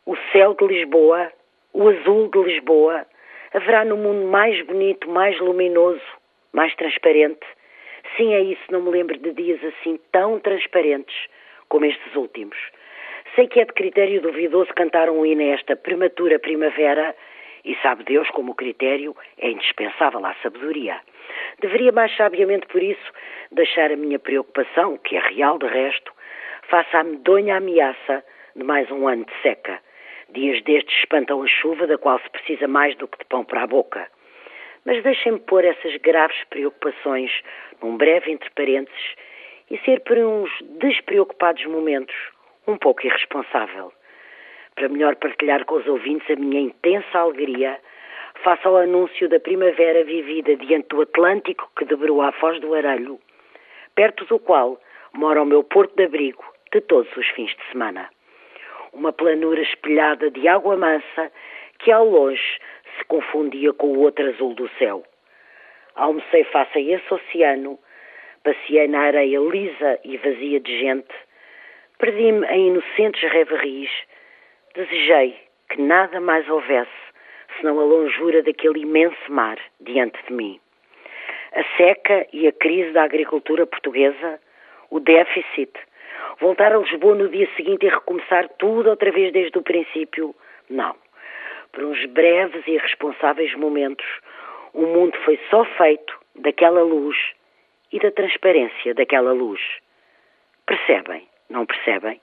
o céu de Lisboa, o azul de Lisboa, haverá no mundo mais bonito, mais luminoso, mais transparente? Sim, é isso, não me lembro de dias assim tão transparentes como estes últimos. Sei que é de critério duvidoso cantar um hino a esta prematura primavera e sabe Deus como o critério é indispensável à sabedoria. Deveria mais sabiamente, por isso, deixar a minha preocupação, que é real de resto, face à medonha ameaça de mais um ano de seca. Dias destes espantam a chuva, da qual se precisa mais do que de pão para a boca. Mas deixem-me pôr essas graves preocupações num breve entre parênteses e ser por uns despreocupados momentos um pouco irresponsável. Para melhor partilhar com os ouvintes a minha intensa alegria face ao anúncio da primavera vivida diante do Atlântico que debruá a Foz do Arelho, perto do qual mora o meu porto de abrigo de todos os fins de semana. Uma planura espelhada de água mansa que ao longe se confundia com o outro azul do céu. Almocei face a esse oceano, passei na areia lisa e vazia de gente, perdi-me em inocentes reveries, desejei que nada mais houvesse senão a longura daquele imenso mar diante de mim. A seca e a crise da agricultura portuguesa, o déficit, voltar a Lisboa no dia seguinte e recomeçar tudo outra vez desde o princípio, não. Por uns breves e irresponsáveis momentos, o mundo foi só feito daquela luz e da transparência daquela luz. Percebem? Não percebem?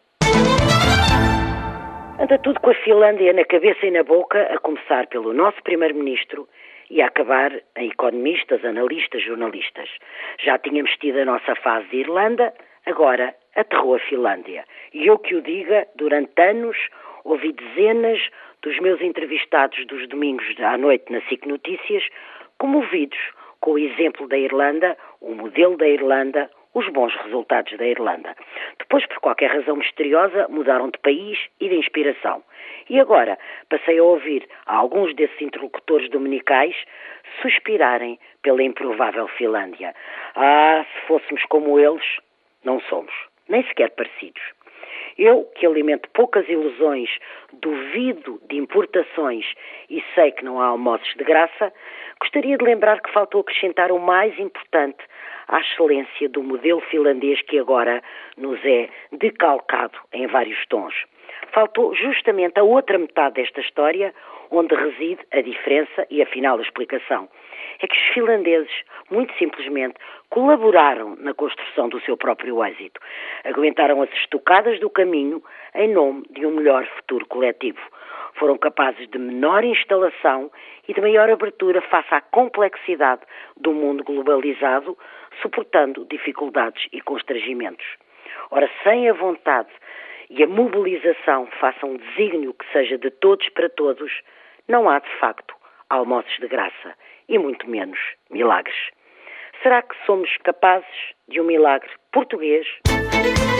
Anda tudo com a Finlândia na cabeça e na boca, a começar pelo nosso primeiro-ministro e a acabar em economistas, analistas, jornalistas. Já tínhamos tido a nossa fase de Irlanda, agora aterrou a Finlândia. E eu que o diga, durante anos ouvi dezenas dos meus entrevistados dos domingos à noite na SIC Notícias comovidos com o exemplo da Irlanda, o modelo da Irlanda, os bons resultados da Irlanda. Depois, por qualquer razão misteriosa, mudaram de país e de inspiração. E agora passei a ouvir a alguns desses interlocutores dominicais suspirarem pela improvável Finlândia. Ah, se fôssemos como eles, não somos, nem sequer parecidos. Eu, que alimento poucas ilusões, duvido de importações e sei que não há almoços de graça, gostaria de lembrar que faltou acrescentar o mais importante à excelência do modelo finlandês que agora nos é decalcado em vários tons. Faltou justamente a outra metade desta história, onde reside a diferença e, afinal, a explicação. É que os finlandeses, muito simplesmente, colaboraram na construção do seu próprio êxito. Aguentaram as estocadas do caminho em nome de um melhor futuro coletivo. Foram capazes de menor instalação e de maior abertura face à complexidade do mundo globalizado, suportando dificuldades e constrangimentos. Ora, sem a vontade e a mobilização face a um desígnio que seja de todos para todos, não há, de facto, almoços de graça e muito menos milagres. Será que somos capazes de um milagre português?